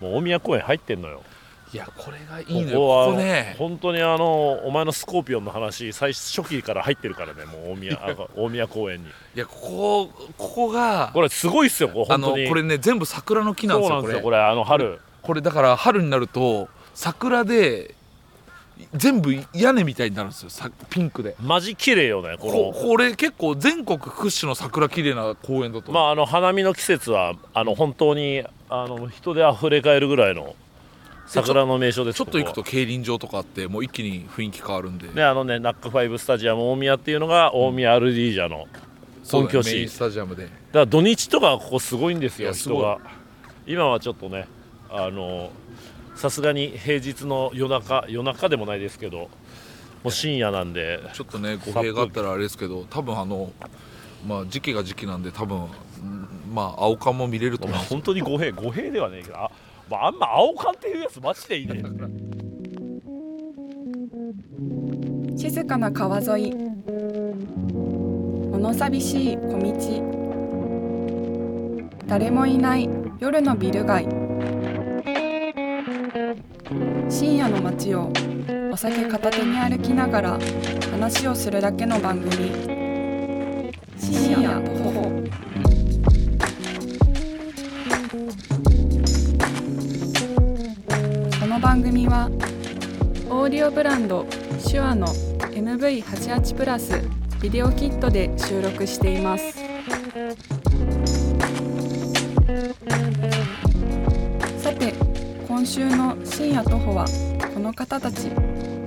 もう大宮公園入ってんのよ。 いやこれがいいのよ。 ここはここね本当にお前のスコーピオンの話最初期から入ってるからね、もう大宮公園に。 いやここがこれすごいっすよ、本当に。 これね全部桜の木なんですよ。 そうなんですよ、これ春。 これだから春になると桜で全部屋根みたいになるんですよ、ピンクで。 マジ綺麗よね、 これ結構全国屈指の桜綺麗な公園だと。 まあ花見の季節は本当に人で溢れかえるぐらいの桜の名所です。 ちょっと行くと競輪場とかあってもう一気に雰囲気変わるんで、 ね、ナックファイブスタジアム大宮っていうのが大宮アルディージャの本拠地、 メインスタジアムで。だから土日とかここすごいんですよ、 すごい人が。今はちょっとねさすがに平日の夜中でもないですけど、もう深夜なんでちょっとね語弊があったらあれですけど、多分まあ時期が時期なんで多分まあ青缶も見れると思うんですよ。 本当に語弊ではねえけど、あんま青缶っていうやつマジでいいね。 静かな川沿い、物寂しい小道、誰もいない夜のビル街、深夜の街をお酒片手に歩きながら話をするだけの番組、深夜徒歩。この番組はオーディオブランド手話の MV88 プラスビデオキットで収録しています。さて今週の深夜徒歩はこの方たち。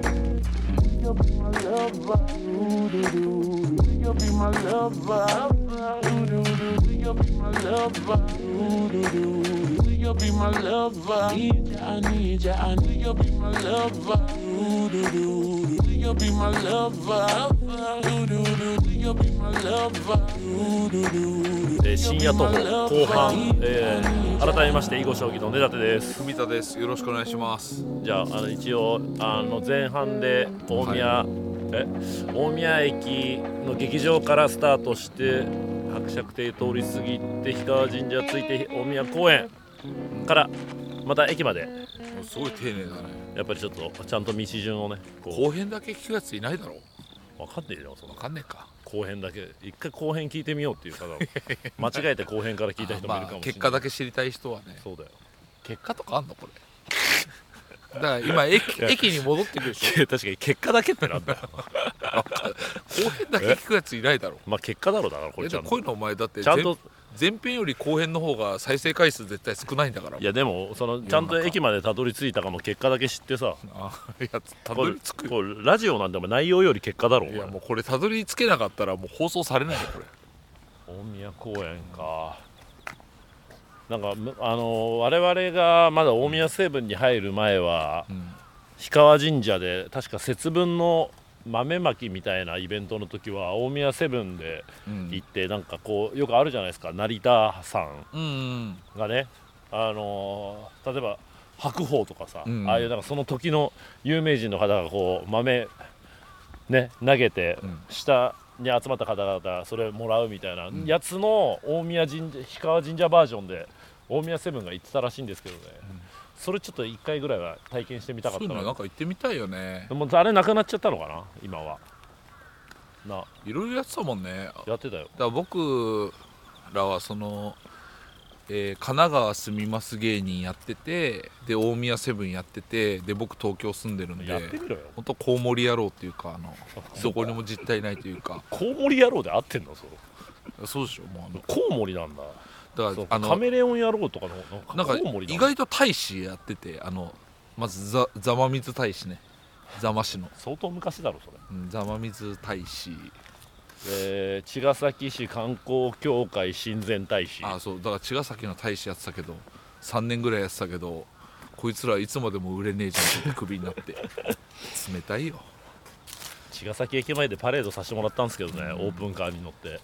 深夜徒歩後半、改めまして囲碁将棋の根立です。 文田です。よろしくお願いします。 じゃあ一応前半で大宮駅の劇場からスタートして伯爵邸通り過ぎて氷川神社ついて大宮公園からまた駅まで、 すごい丁寧だね。 やっぱりちょっとちゃんと道順をね、 後編だけ聞くやついないだろう。 分かんねえよ、その分かんねえか。 後編だけ一回後編聞いてみようっていう方間違えて後編から聞いた人もいるかもしれない。 結果だけ知りたい人はね。 そうだよ。 結果とかあんのこれ。だから今駅に戻ってくるでしょ。 確かに結果だけってなんだよ後編だけ聞くやついないだろう。 まあ結果だろうだからこれちゃんと。 こういうのお前だってちゃんと前編より後編の方が再生回数絶対少ないんだから。 いやでもちゃんと駅までたどり着いたかの結果だけ知ってさ、 いやたどり着くこれラジオなんでも内容より結果だろう。 いやもうこれたどり着けなかったらもう放送されないよこれ。 大宮公園か。なんか我々がまだ大宮セブンに入る前は、氷川神社で確か節分の豆まきみたいなイベントの時は大宮セブンで行って、なんかこうよくあるじゃないですか、成田山がね、例えば白鵬とかさ、ああいうなんかその時の有名人の方がこう豆ね投げて、下に集まった方々それもらうみたいなやつの大宮神社氷川神社バージョンで大宮セブンが行ってたらしいんですけどね、それちょっと1回ぐらいは体験してみたかったな。 なんか行ってみたいよね。 でもあれなくなっちゃったのかな今は。 いろいろやってたもんね。 やってたよ。 だから僕らは神奈川住みます芸人やってて、で大宮セブンやってて、で僕東京住んでるんで、 やってみろよ。 本当コウモリ野郎っていうかどこにも実体ないというか。 コウモリ野郎で合ってんのそれ。 そうでしょ。もうコウモリなんだ。 だからカメレオン野郎とかのなんか意外と大使やってて、まずざまみず大使ね、座間市の相当昔だろそれ。 ざまみず大使、 茅ヶ崎市観光協会親善大使。 そうだから茅ヶ崎の大使やってたけど3年ぐらいやってたけど、こいつらいつまでも売れねえじゃんってクビになって冷たいよ。 茅ヶ崎駅前でパレードさせてもらったんですけどね、オープンカーに乗ってね、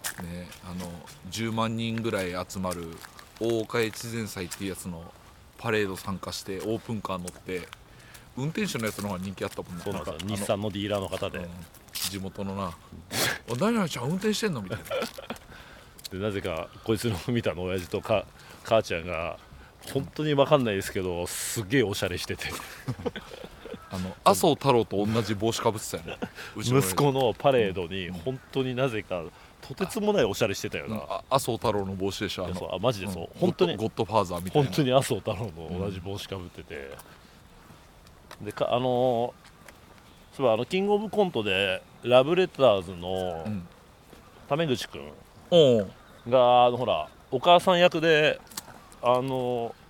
10万人ぐらい集まる大岡越前祭っていうやつのパレード参加してオープンカー乗って、運転手のやつの方が人気あったもんね。 そうなんですよ、日産のディーラーの方で、 地元のな何々ちゃん運転してんのみたいなでなぜかこいつの見たの親父と母ちゃんが本当に分かんないですけどすげえおしゃれしてて麻生太郎と同じ帽子かぶってたよね息子のパレードに本当になぜかとてつもないおしゃれしてたよな、 麻生太郎の帽子でしょそうマジでそう、本当にゴッドファーザーみたいな本当に麻生太郎の同じ帽子かぶってて、でそういえばキングオブコントでラブレターズのタメ口くんがほらお母さん役でサン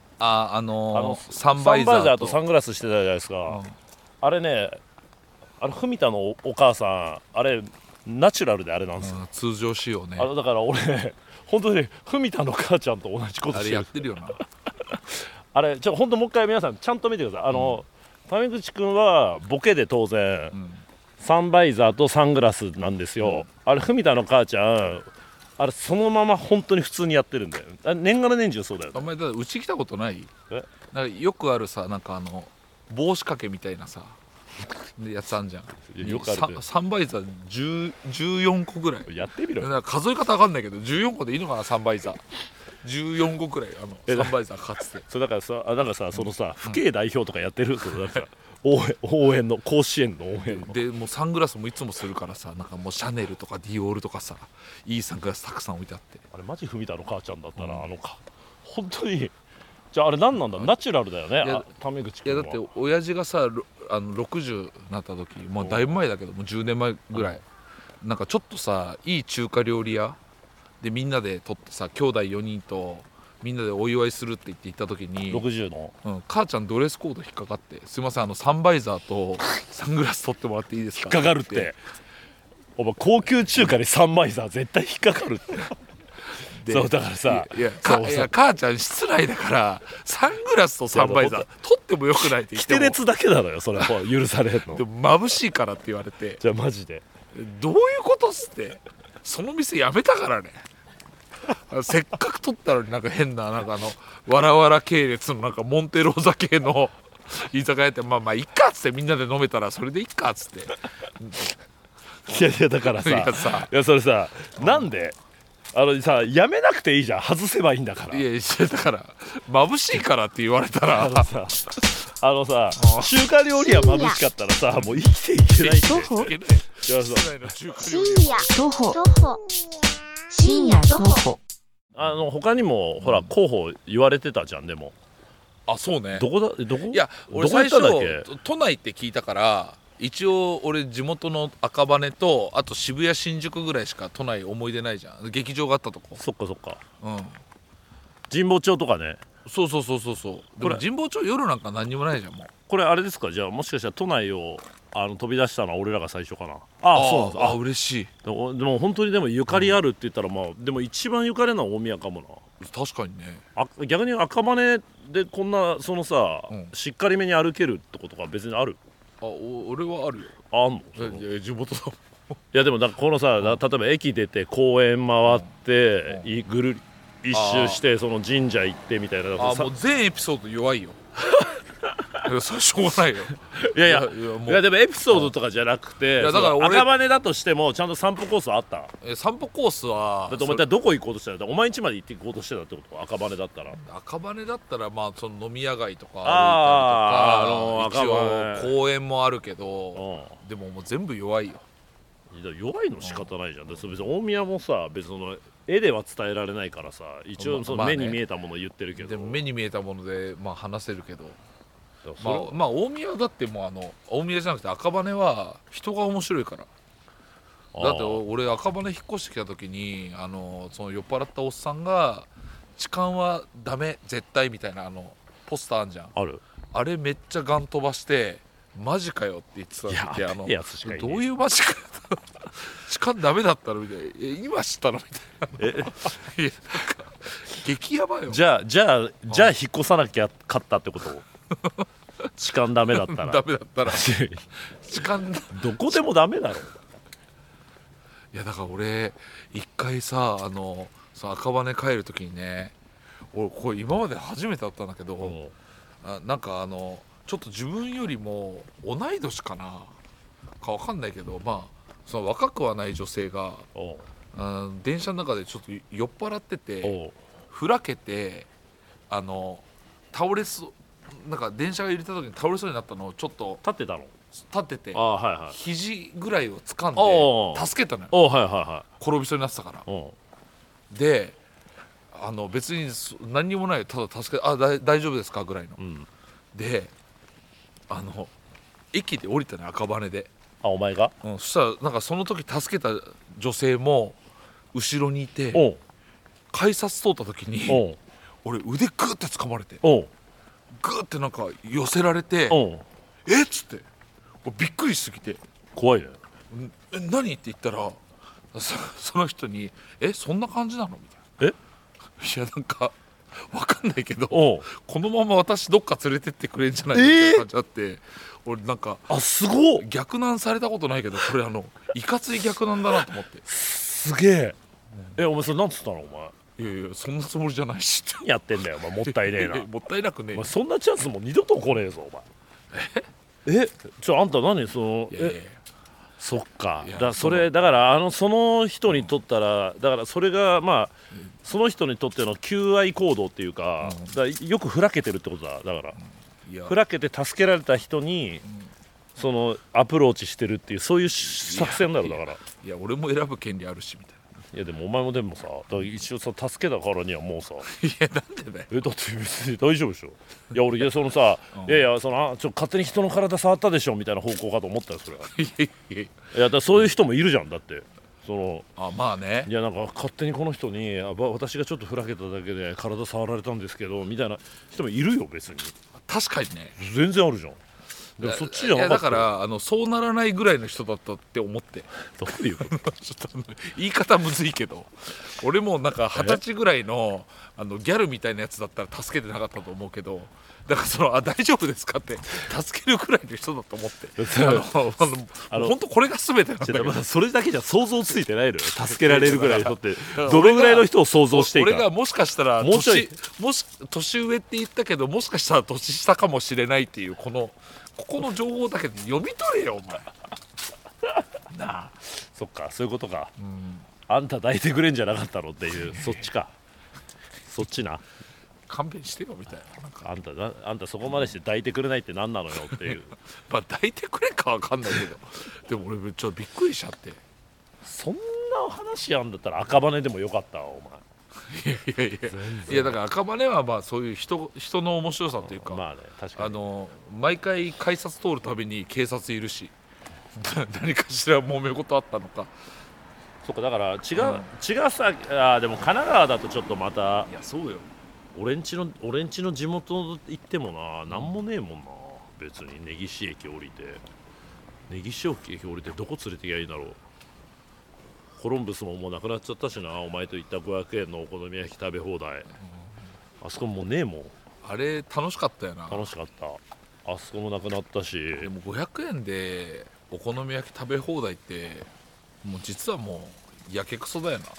バイバイザーザーとサングラスしてたじゃないですか、あれね文田のお母さんあれナチュラルであれなんですよ、 通常仕様ねだから俺本当に文田の母ちゃんと同じことあれしてるやってるよなあれ本当もう一回皆さんちゃんと見てくださいタメ口くんはボケで当然、サンバイザーとサングラスなんですよ、あれ文田の母ちゃんあれそのまま本当に普通にやってるんだよ。年がら年中そうだよ、ね、 お前だうち来たことない？ えなんかよくあるさなんか帽子掛けみたいなさやつあんじゃん。 よくあるサンバイザー14個ぐらいやってみろよ。 なんか数え方わかんないけど14個でいいのかなサンバイザー14個くらいサンバイザーかつてそうだからさなんかさそのさ父兄代表とかやってるそのなんか応援の甲子園の応援のでもうサングラスもいつもするからさなんかもうシャネルとかディオールとかさいいサングラスたくさん置いてあってあれマジ文田の母ちゃんだったら、本当にじゃああれ何なんだナチュラルだよねタメ口君は。 いやだって親父がさ60になった時もうだいぶ前だけどもう10年前ぐらいなんかちょっとさいい中華料理屋でみんなで撮ってさ兄弟4人とみんなでお祝いするって言って行った時に 60の、 母ちゃんドレスコード引っかかってすいませんサンバイザーとサングラス取ってもらっていいですか引っかかるってお前高級中華にサンバイザー絶対引っかかるってそうだからさいや母ちゃん室内だからサングラスとサンバイザー取ってもよくないって言ってもキテレツだけなのよそれは許されるのでも眩しいからって言われてじゃあマジでどういうことっすってその店辞めたからねせっかく取ったのになんか変ななんかわらわら系列のなんかモンテローザ系の居酒屋ってまあいっかっつってみんなで飲めたらそれでいっかっつっていやだからさいやそれさなんでさやめなくていいじゃん外せばいいんだからいやだから眩しいからって言われたらさ中華料理は眩しかったらさもう生きていけないって徒歩深夜徒歩他にもほら候補言われてたじゃんでもあそうねどこいや俺最初都内って聞いたから一応俺地元の赤羽とあと渋谷新宿ぐらいしか都内思い出ないじゃん劇場があったとこそっか神保町とかねそうでも神保町夜なんか何にもないじゃんもうこれあれですかじゃあもしかしたら都内を飛び出したのは俺らが最初かなそうなんです嬉しいでも本当にでもゆかりあるって言ったらでも一番ゆかりのは大宮かもな確かにね逆に赤羽でこんなそのさ、しっかりめに歩けるってことが別にある俺はあるよあんのいや地元だもんいやでもだからこのさ例えば駅出て公園回ってぐるり一周してその神社行ってみたいなもう全エピソード弱いよいやそれしょうがないよいやでもエピソードとかじゃなくてだから赤羽だとしてもちゃんと散歩コースあった散歩コースはだってお前どこ行こうとしてたお前ん家まで行って行こうとしてたってこと赤羽だったら赤羽だったらまあその飲み屋街とか歩いたりとか一応公園もあるけどでももう全部弱いよ弱いの仕方ないじゃん別に大宮もさ別に絵では伝えられないからさ一応その目に見えたものを言ってるけど、 でも目に見えたものでまあ話せるけどまあ大宮だってもう大宮じゃなくて赤羽は人が面白いからだって俺赤羽引っ越してきた時にその酔っ払ったおっさんが痴漢はダメ絶対みたいなポスターあんじゃんあれめっちゃガン飛ばしてマジかよって言ってたってどういうマジかよ痴漢ダメだったのみたいな今知ったのみたいないやなんか激ヤバよじゃあ引っ越さなきゃ勝ったってこと痴漢ダメだったらダメだったら痴漢どこでもダメだろいやだから俺一回さその赤羽帰る時にね俺これ今まで初めてだったんだけどなんかちょっと自分よりも同い年かなか分かんないけどまあその若くはない女性が電車の中でちょっと酔っ払っててふらけて倒れそうなんか電車が揺れた時に倒れそうになったのをちょっと立ってたの？ 立っててはいはい。 肘ぐらいを掴んで助けたのよ。 はいはいは転びそうになってたから。 い。 で別に何にもないただ助け大丈夫ですかぐらいの、で駅で降りたね赤羽で。 お前が？ そしたらなんかその時助けた女性も後ろにいて改札通った時に俺腕グーって掴まれてグーってなんか寄せられてえっつってびっくりしすぎて怖いね。 何って言ったらその人にそんな感じなのみたいな。いやなんか分かんないけどこのまま私どっか連れてってくれんじゃないかって感じあって、俺なんかすごい逆難されたことないけどこれいかつい逆難だなと思って。 すげえ。お前それなんつったのお前？ いやそんなつもりじゃないしってやってんだよお前、もったいねえな。 もったいなくねえ。 お前そんなチャンスもう二度と来ねえぞお前。あんた何そっか。だからその人にとったらだからそれがその人にとっての求愛行動っていうか、よくふらけてるってことだ。だからふらけて助けられた人にそのアプローチしてるっていうそういう作戦だろ。だからいや俺も選ぶ権利あるしみたいな。 いやでもお前もでもさだから一応さ助けたからにはもうさいやなんでだよ。 だって別に大丈夫でしょ。いや俺そのさいや勝手に人の体触ったでしょみたいな方向かと思ったよそれは。いやだからそういう人もいるじゃん。だってまあね。 いやなんか勝手にこの人に私がちょっとふらけただけで体触られたんですけどみたいな人もいるよ別に。 確かにね全然あるじゃん。でもそっちじゃなかった。 だからそうならないぐらいの人だったって思って。 どういうことちょっと言い方むずいけど俺もなんか20歳ぐらいのギャルみたいなやつだったら助けてなかったと思うけどだから大丈夫ですかって助けるぐらいの人だと思って本当これが全てなんだけどそれだけじゃ想像ついてないのよ。助けられるぐらいの人ってどれぐらいの人を想像していいか。 俺がもしかしたら年上って言ったけどもしかしたら年下かもしれないっていうここの情報だけ読み取れよお前なあ。そっかそういうことか。あんた抱いてくれんじゃなかったのっていうそっちか。そっちな。 勘弁してよみたいな。 あんたそこまでして抱いてくれないって何なのよっていう抱いてくれか分かんないけどでも俺ちょっとびっくりしちゃって。 そんな話やんだったら赤羽でもよかったわお前。 いやだから赤羽はそういう人の面白さというか、 確かに毎回改札通るたびに警察いるし何かしら揉め事あったのか。 そっかだから違うさでも神奈川だとちょっとまた。 いやそうよ。 俺んちの地元行ってもなんもねえもんな別に。根岸駅降りてどこ連れてきゃいいんだろう。コロンブスももうなくなっちゃったしな。お前と行った500円のお好み焼き食べ放題あそこもうねえもん。 あれ楽しかったよな。 楽しかった。あそこもなくなったし。 でも500円でお好み焼き食べ放題ってもう実はもうやけくそだよな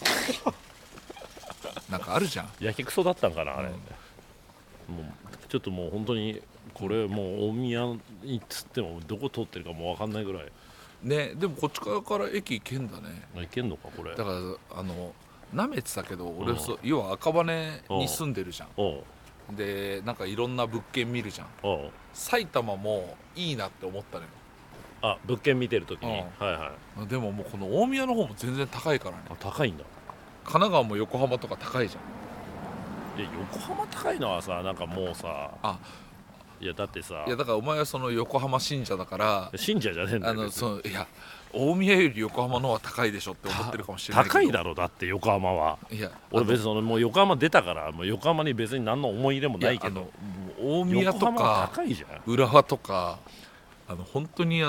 なんかあるじゃん。 やけくそだったんかなあれ、もうちょっともう本当にこれもう大宮につってもどこ通ってるかもう分かんないぐらいね。でもこっち側から駅行けんだね。 行けんのかこれ。 だからなめてたけど俺要は赤羽に住んでるじゃん。でなんかいろんな物件見るじゃん。埼玉もいいなって思ったのよ。 物件見てる時に。 でももうこの大宮の方も全然高いからね。 高いんだ。 神奈川も横浜とか高いじゃん。横浜高いのはさなんかもうさいやだってさだからお前はその横浜信者だから信者じゃねえんだよ。 いや大宮より横浜の方が高いでしょって思ってるかもしれないけど。 高いだろだって横浜は。いや俺別にもう横浜出たからもう横浜に別に何の思い入れもないけど大宮とか浦和とか本当に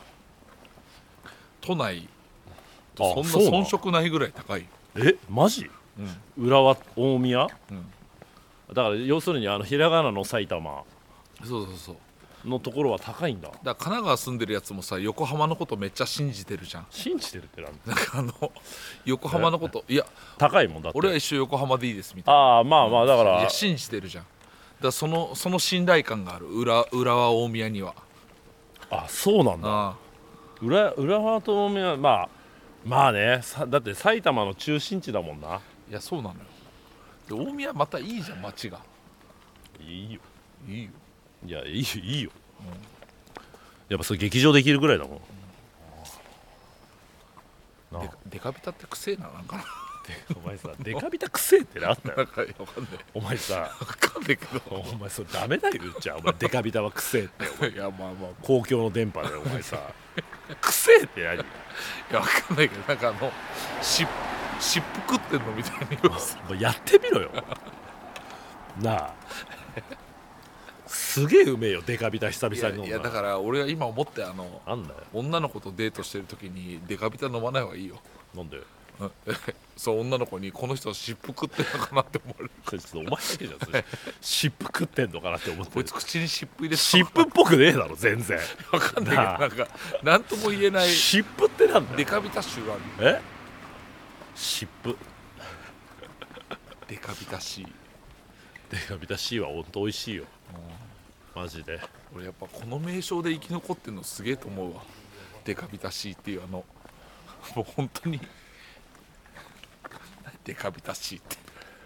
都内とそんな遜色ないぐらい高い。 マジ？浦和大宮？だから要するにひらがなの埼玉のところは高いんだ。 だから神奈川住んでるやつもさ横浜のことめっちゃ信じてるじゃん。 信じてるってなんか横浜のこといや高いもんだって。 俺は一生横浜でいいですみたいな。 まあだからいや信じてるじゃん。だからその信頼感がある浦和大宮には。 そうなんだ。浦和と大宮まあねだって埼玉の中心地だもんな。 いやそうなのよ。で大宮またいいじゃん街が。 いいよ。 いいよ。 いやいいよ、やっぱそれ劇場できるぐらいだもんな。 デカビタってくせえな、なんかな。 お前さデカビタくせえってなったよ。 なんかわかんない。 お前さわかんないけど。 お前それダメだよ言っちゃう。お前デカビタはくせえっていやまあ公共の電波でお前さくせえって何。 いやわかんないけど、なんか湿布食ってんのみたいに言うさ。 もうやってみろよなあ。すげえうめえよデカビタ久々に飲んだ。 いやだから俺は今思ってなんだよ女の子とデートしてる時にデカビタ飲まない方がいいよ。 なんでそう、女の子にこの人は湿布食ってんのかなって思われる。 それちょっとお前だけじゃんそれ湿布食ってんのかなって思ってる。 こいつ口に湿布入れて湿布っぽくねえだろ全然。 わかんないけど、なんかなんとも言えない湿布ってなんだよ。 デカビタ臭がある。 湿布デカビタ C。 デカビタ C は本当美味しいよマジで。 俺やっぱこの名称で生き残ってるのすげえと思うわ。デカビタ C っていうもう本当にデカビタ C って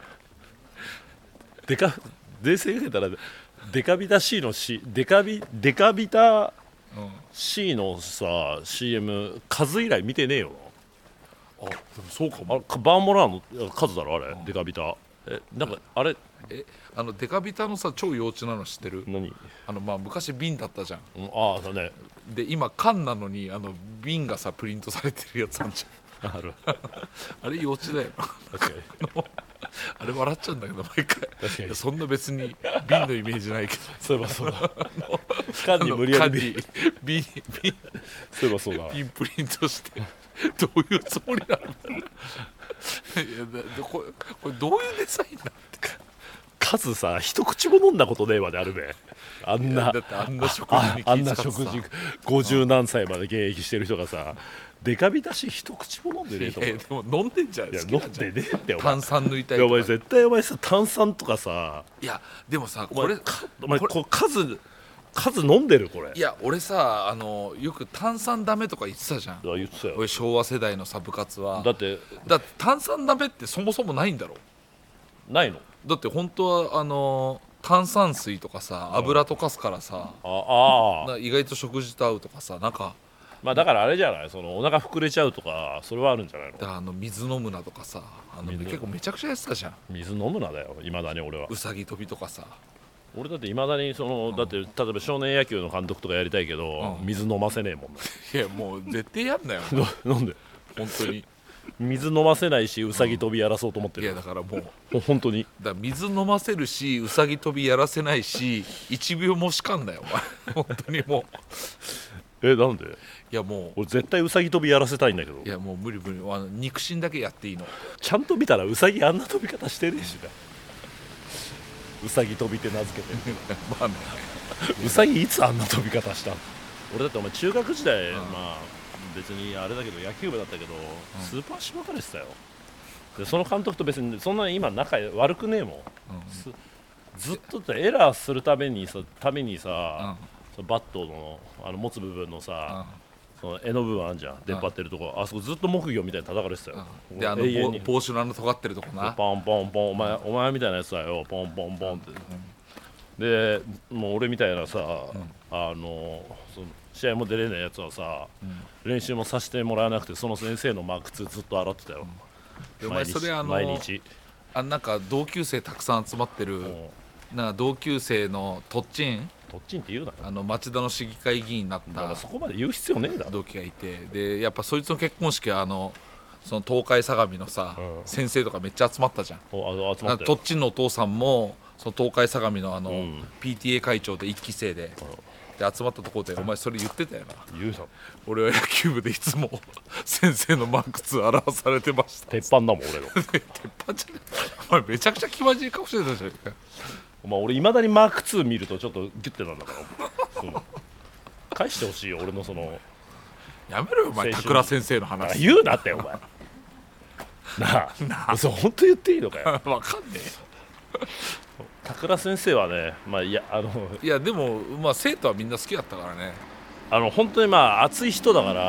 冷静に言ったらデカビタ C の C デカビタ C のさ CM 数以来見てねえよあ、でもそうかも。 バーモラーの数だろあれ、デカビタ。なんかあれデカビタのさ超幼稚なの知ってる？ 何？ まあ昔瓶だったじゃん。 ああだね。 で今缶なのに瓶がさプリントされてるやつあるじあるゃん。あれ幼稚だよ。 確かにあれ笑っちゃうんだけど毎回。 確かにそんな別に瓶のイメージないけど。 そういえばそうだ缶に無理やり瓶そういえばそうだ瓶プリントしてどういうつもりなの？いやこれどういうデザインなの？ 数さ一口も飲んだことねえわであるべ。あんなだってあんな食事に気あんな使ってさ食事50何歳まで現役してる人がさデカビタ C 一口も飲んでねえと思う。 でも飲んでんじゃん。 いや好きなんじゃん飲んでねえってお前。 炭酸抜いたりとか。 いやお前絶対お前さ炭酸とかさいやでもさおこれこれ前数飲んでるこれ。 いや俺さよく炭酸ダメとか言ってたじゃん。 言ってたよ。 俺昭和世代のさ部活はだって炭酸ダメってそもそもないんだろ。 ないの？ だって本当は炭酸水とかさ油溶かすからさ、意外と食事と合うとかさ、なんかまあだからあれじゃない、そのお腹膨れちゃうとかそれはあるんじゃないの？ 水飲むなとかさ結構めちゃくちゃやってたじゃん。 水飲むなだよいまだに俺は。 うさぎ跳びとかさ。 俺だっていまだにだって例えば少年野球の監督とかやりたいけど、水飲ませねえもんね。 いやもう絶対やんなよなんで本当に。 水飲ませないしうさぎ跳びやらそうと思ってる。 いやだからもう本当に水飲ませるしうさぎ跳びやらせないし1秒もしかんだよお前本当にもう。 なんで？ いやもう俺絶対うさぎ跳びやらせたいんだけど。 いやもう無理肉親だけやっていいの。 ちゃんと見たらうさぎあんな飛び方してねえしな。うさぎ跳びって名付けてまあねうさぎいつあんな飛び方したの？俺だってお前中学時代、まあ別にあれだけど野球部だったけど、スーパーしばかれてたよ。でその監督と別にそんなに今仲悪くねえもん、ずっとエラーするためにさ、バットの持つ部分のさ、その柄の部分あるじゃん、出っ張ってるとこ、あそこずっと木魚みたいに叩かれてたよ。 で永遠に帽子の尖ってるとこな、 ポンポンポン、お前みたいなやつだよ、ポンポンポンって。でもう俺みたいなさ、その試合も出れないやつはさ、練習もさせてもらわなくてその先生の靴ずっと洗ってたよ。 でお前それ毎日なんか同級生たくさん集まってる、なんか同級生のトッチンって言うなよ。 町田の市議会議員になったそこまで言う必要ねえだろ。 同期がいて、でやっぱそいつの結婚式はその東海相模のさ、先生とかめっちゃ集まったじゃん。 集まったよ。 トッチンのお父さんもその東海相模のPTA 会長で1期生で、集まったところでお前それ言ってたよな。 言うな。 俺は野球部でいつも先生の靴洗わされてました。 鉄板だもん俺の鉄板じゃねえ。お前めちゃくちゃ気まじい顔してたじゃん。 お前俺いまだにマーク2見るとちょっとギュッてなんだから返してほしいよ俺のその。 やめろよお前、桜先生の話言うなってお前なあそう本当言っていいのかよわかんねえ。 桜先生はね、いやでも生徒はみんな好きだったからね。 本当に熱い人だから、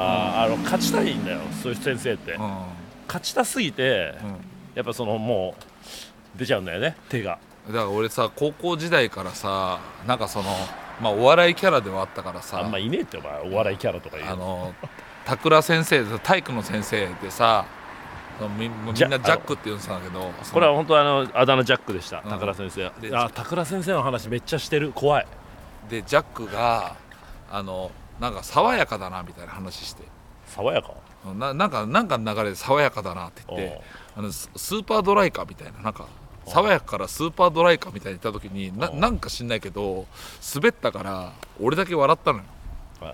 勝ちたいんだよそういう先生って、勝ちたすぎて、やっぱもう出ちゃうんだよね、手が。 だから俺さ高校時代からさなんかそのまあお笑いキャラではあったからさあんまいねえってお前お笑いキャラとか言う。 田倉先生体育の先生でさみんなジャックって言うんですけど、 これは本当あだ名ジャックでした、田倉先生。 で田倉先生の話めっちゃしてる、怖い。 でジャックがなんか爽やかだなみたいな話して、 爽やかなんかの流れで爽やかだなって言ってスーパードライかみたいな、なんか爽やかからスーパードライかみたいに言った時になんか知んないけど滑ったから俺だけ笑ったのよ、 はい、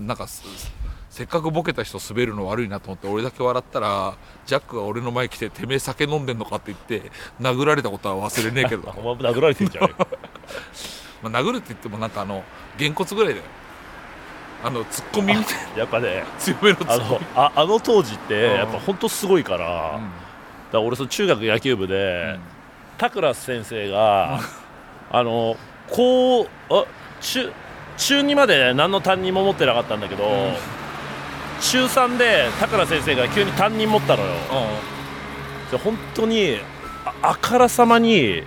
なんかせっかくボケた人滑るの悪いなと思って俺だけ笑ったらジャックが俺の前来ててめえ酒飲んでんのかって言って殴られたことは忘れねえけどお前も殴られてんじゃんまあ殴るって言ってもなんかげんこつぐらいだよ、ツッコミみたいなやっぱね強めのツッコミあの当時ってやっぱ本当すごいから、だから俺その中学野球部で、田倉先生が中2まで何の担任も持ってなかったんだけど、中3で田倉先生が急に担任持ったのよ、で本当にあからさまに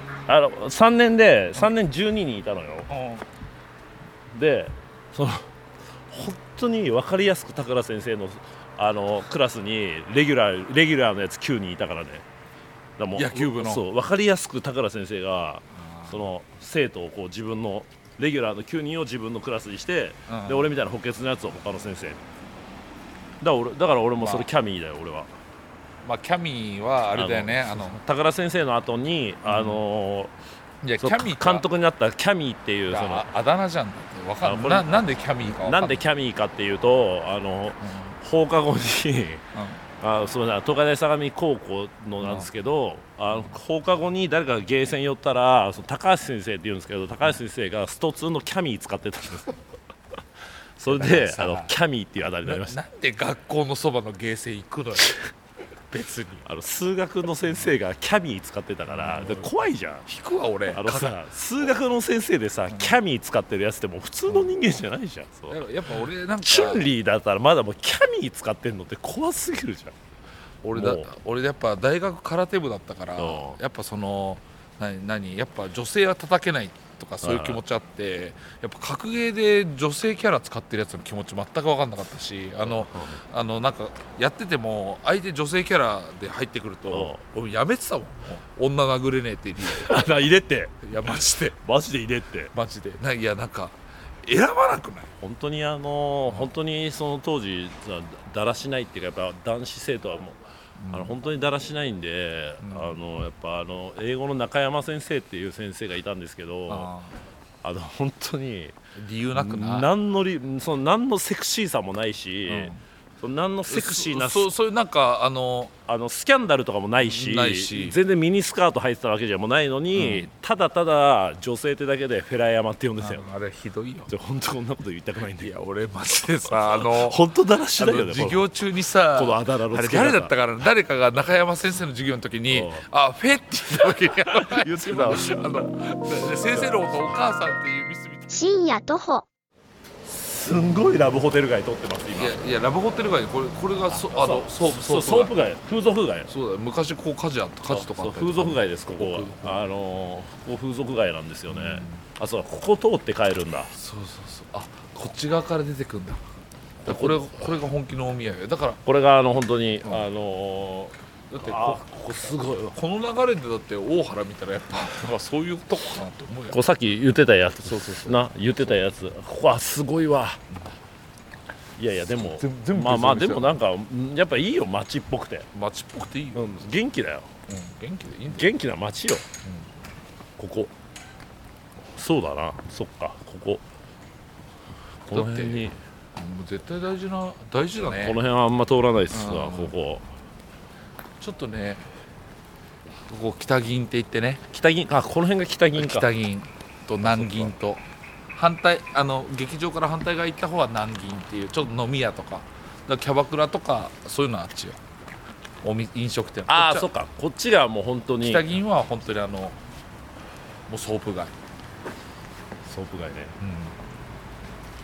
3年12人いたのよ、でその本当に分かりやすく田倉先生のクラスにレギュラーのやつ9人いたからね。だもう野球部のそう分かりやすく田倉先生がその生徒をこう自分のレギュラーの9人を自分のクラスにして、で俺みたいな補欠のやつを他の先生だから俺もそれキャミーだよ、俺は。 まあキャミーはあれだよね、 田倉先生の後にいやキャミー監督になったキャミーっていうそのあだ名じゃんって分かんない。なんでキャミーか分かんない。 なんでキャミーかっていうと放課後に東海大相模高校のなんですけど、放課後に誰かがゲーセン寄ったら高橋先生って言うんですけど、高橋先生がスト2のキャミー使ってたんですそれでキャミーっていうあだ名になりました。 なんで学校のそばのゲーセン行くのよ別に数学の先生がキャミー使ってたから、怖いじゃん。 引くわ俺。 数学の先生でさ、キャミー使ってるやつってもう普通の人間じゃないじゃん。 そうやっぱ俺なんかチュンリーだったらまだもうキャミー使ってんのって怖すぎるじゃん。 俺やっぱ大学空手部だったから、やっぱやっぱ女性は叩けないとかそういう気持ちあって、やっぱ格ゲーで女性キャラ使ってるやつの気持ち全く分かんなかったし、なんかやってても相手女性キャラで入ってくると俺やめてたもん、女殴れねえって入れっていやマジで入れってマジでいやなんか選ばなくない？ 本当に本当にその当時だらしないっていうか、やっぱ男子生徒はもう本当にだらしないんで、やっぱ英語の中山先生っていう先生がいたんですけど、本当に理由なく何のセクシーさもないし、何のセクシーなそういうなんかスキャンダルとかもないし全然ミニスカート履いてたわけじゃもないのに、ただただ女性ってだけでフェラ山って呼んでたよ。 あれひどいよ。 本当こんなこと言いたくないんだけど、 いや俺マジでさ本当だらしないよね。 授業中にさこのあだ名の付け方、 誰だったから誰かが中山先生の授業の時にフェって言った時に言ってた先生のことお母さんっていうミスみたいな。 深夜徒歩すんごいラブホテル街撮ってます今。 いやラブホテル街これがソープ街、風俗街。 そうだ、昔こう火事とかあったり。 風俗街です。ここはここ風俗街なんですよね。そうここ通って帰るんだ。 そうこっち側から出てくんだ。これが本気のお見合いだから。 これが本当にだってここすごいこの流れでだって大原見たらやっぱそういうとこかなと思うよ。 こうさっき言ってたやつ、言ってたやつ、ここはすごいわ。いやでもまあでもなんかやっぱいいよ、街っぽくて。 街っぽくていいよ。 元気だよ。 元気でいいんだよ。 元気な街よ。ここ。そうだな。そっかこの辺に。 もう絶対大事だね。 この辺はあんま通らないっすわ。ここ。 ちょっとね、ここ北銀って言ってね、 この辺が北銀か。 北銀と南銀と反対劇場から反対側行った方は南銀っていうちょっと飲み屋とかキャバクラとかそういうのはあっちよ。飲食店。 そっか。こっちがもう本当に北銀は本当にもうソープ街。 ソープ街ね。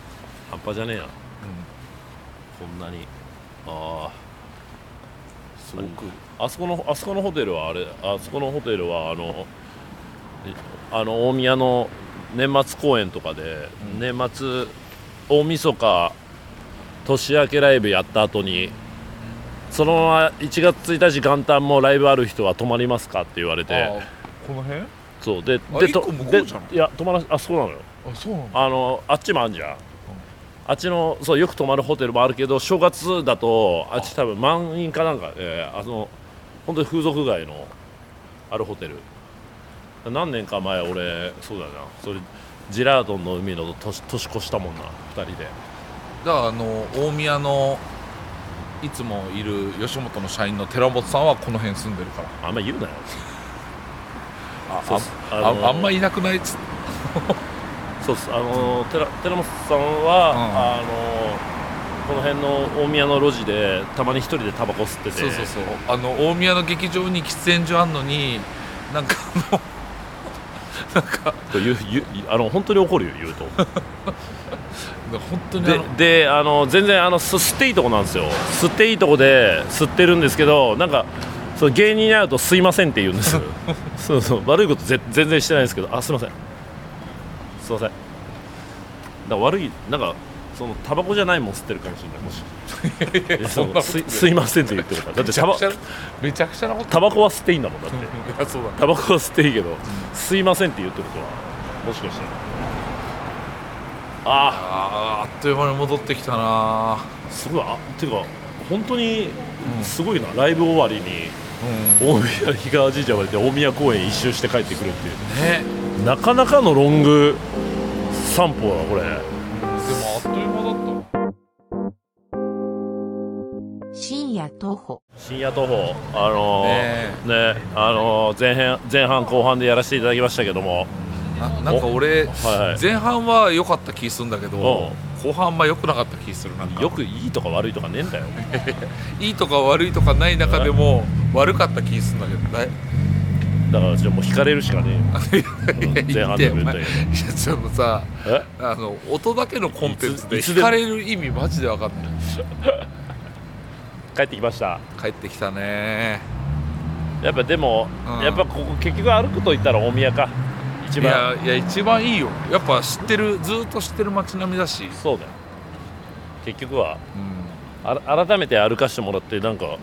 半端じゃねえな。こんなにすごくあそこのホテルは大宮の年末公演とかで、年末大晦日年明けライブやった後にそのまま1月1日元旦もライブある人は泊まりますかって言われて、 この辺そうで 1個向こうじゃん。 いや泊まらあそうなのよ。 そうなんだ。 あっちもあんじゃん、あっちのそうよく泊まるホテルもあるけど、正月だとあっち多分満員かなんかで、本当に風俗街のあるホテル、何年か前俺そうだな、それジラードンの海の年越したもんな2人で。 だから大宮のいつもいる吉本の社員の寺本さんはこの辺住んでるから。 あんま言うなよ。 あんまいなくないっつって。 そうっす、寺本さんは、この辺の大宮の路地でたまに一人でタバコ吸ってて、 そう大宮の劇場に喫煙所あんのになんか本当に怒るよ言うと本当にで全然吸っていいとこなんですよ。吸っていいとこで吸ってるんですけど、なんかそう芸人に会うとすいませんって言うんですよそう悪いこと全然してないんですけど、すいませんすいません、だから悪いなんかそのタバコじゃないもん吸ってるかもしれない。もしすいませんって言ってるから。だってめちゃくちゃなこと。 タバコは吸っていいんだもんだって。 いやそうだ、ね、 タバコは吸っていいけど、すいませんって言ってることはもしかしたらあっという間に戻ってきたな。 すごい。ていうか本当にすごいな、ライブ終わりに、大宮氷川神社まで大宮公園一周して帰ってくるっていうね、なかなかのロング散歩だこれ。 でもあっという間だった。 深夜徒歩前半後半でやらせていただきましたけども、 なんか俺、前半は良かった気するんだけど、後半あんま良くなかった気する。なんかよくいいとか悪いとかねえんだよいいとか悪いとかない中でも悪かった気するんだけど、 だからじゃあもう引かれるしかねえよ前半でも言ったけど、 いやちょっとさ、音だけのコンテンツで引かれる意味マジで分かんない帰ってきました。 帰ってきたね。 やっぱでも、やっぱここ結局歩くと言ったら大宮か一番。 いや一番いいよ。やっぱ知ってる、ずっと知ってる街並みだし。 そうだよ結局は、改めて歩かしてもらってなんか、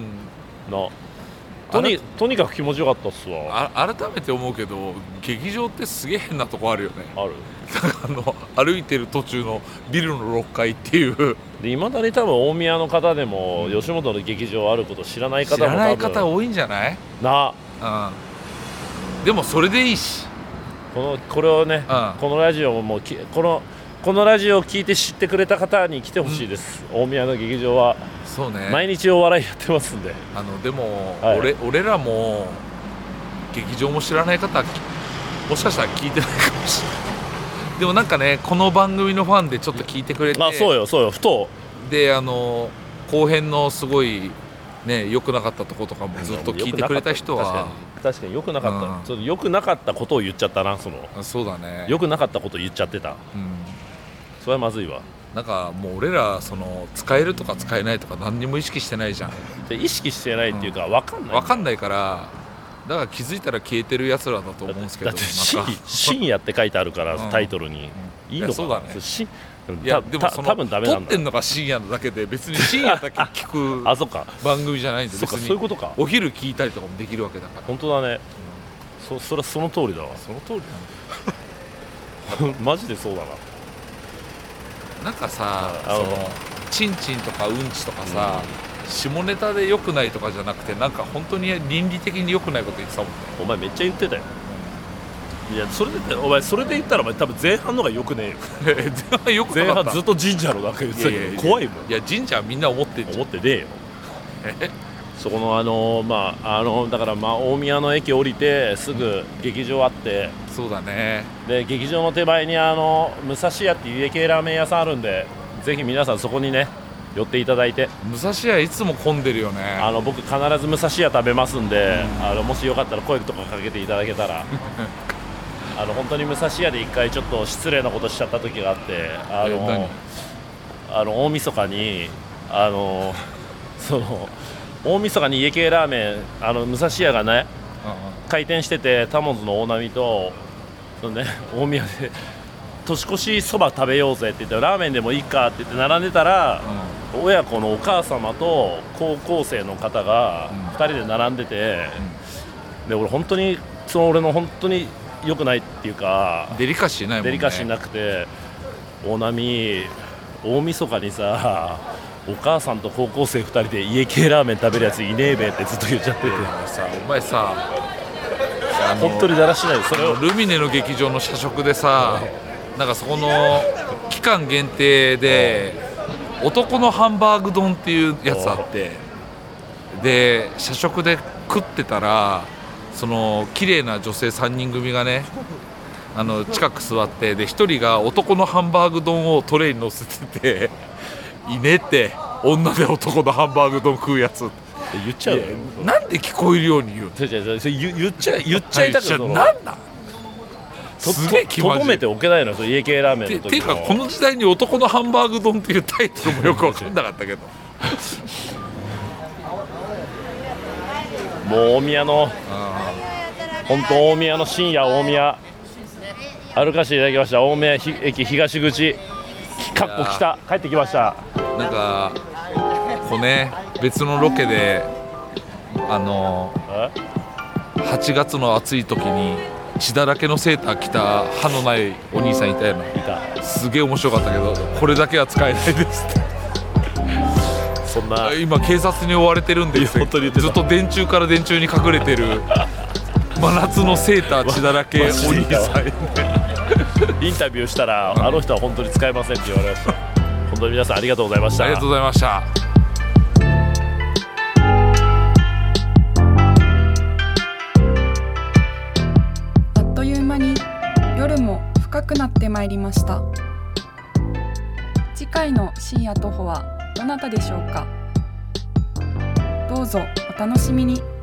とにかく気持ちよかったっすわ。 改めて思うけど劇場ってすげえ変なとこあるよね。 ある。 歩いてる途中のビルの6階っていうで、いまだに多分大宮の方でも、吉本の劇場あること知らない方も多分知らない方多いんじゃないな。 でもそれでいいし、 これをね、このラジオもこのラジオを聞いて知ってくれた方に来てほしいです、大宮の劇場は。 そうね、 毎日お笑いやってますんで。 でも、俺らも劇場も知らない方はもしかしたら聞いてないかもしれないでもなんかね、この番組のファンでちょっと聞いてくれて、 そうよふとで後編のすごいね良くなかったとことかもずっと聞いてくれた人は確かに良くなかった、良くなかったことを言っちゃったな。 そうだね、 良くなかったことを言っちゃってた、それはまずいわ。 なんかもう俺ら使えるとか使えないとか何にも意識してないじゃん。 で意識してないっていうか分かんないからだから気づいたら消えてるやつらだと思うんですけど、 だって深夜って書いてあるからタイトルに、いいのかな。 そうだね。 いやでも多分ダメなんだ。 撮ってんのが深夜のだけで別に深夜だけ聞くそっか番組じゃないんで、別にそういうことか。 お昼聞いたりとかもできるわけだから。 本当だね、それはその通りだわ。 その通りなんだマジでそうだな。 なんかさ、チンチンとかうんちとかさ、下ネタで良くないとかじゃなくて、なんか本当に倫理的に良くないこと言ってたもんね。 お前めっちゃ言ってたよ。いやお前それで言ったら多分前半のが良くねえよ前半良くなかった。 前半ずっと神社の中言ってたけど怖いもん。 いや神社はみんな思ってんじゃん。 思ってねえよそこのだから大宮の駅降りてすぐ劇場あって、 そうだね。 で劇場の手前に武蔵屋っていう家系ラーメン屋さんあるんで、ぜひ皆さんそこにね寄っていただいて。 武蔵屋いつも混んでるよね。 僕必ず武蔵屋食べますんで、もしよかったら声とかかけていただけたら本当に武蔵屋で一回ちょっと失礼なことしちゃった時があって、大晦日に大晦日に家系ラーメン武蔵屋がね開店してて、タモンズの大波とその、ね、大宮で年越しそば食べようぜって言ってラーメンでもいいかって言って並んでたら、親子のお母様と高校生の方が2人で並んでて、で俺本当に俺の本当に良くないっていうかデリカシーないもんね。 デリカシーなくて、大波大晦日にさお母さんと高校生2人で家系ラーメン食べるやついねえべってずっと言っちゃってて、 お前さ本当にだらしない。それをルミネの劇場の社食でさ、なんかそこの期間限定で男のハンバーグ丼っていうやつあって、で社食で食ってたらその綺麗な女性3人組がね近く座って、で1人が男のハンバーグ丼をトレイに乗せてていねって女で男のハンバーグ丼食うやつ言っちゃうよ。 なんで聞こえるように言うの。 言っちゃいたくて、 なんなんすげえ気まずい。 とどめておけないのよ、家系ラーメンの時ていうかこの時代に男のハンバーグ丼っていうタイトルもよく分かんなかったけどもう大宮の本当大宮の深夜大宮歩かせていただきました。大宮駅東口かっこ北帰ってきました。 なんかこうね、別のロケで8月の暑い時に血だらけのセーター着た歯のないお兄さんいたよね。 いた。 すげえ面白かったけど、これだけは使えないですってそんな今警察に追われてるんで本当に言ってた。 ずっと電柱から電柱に隠れてる真夏のセーター血だらけお兄さんインタビューしたら、あの人は本当に使えませんって言われました。本当に皆さんありがとうございました。 ありがとうございました。 あっという間に夜も深くなってまいりました。次回の深夜徒歩はどなたでしょうか。どうぞお楽しみに。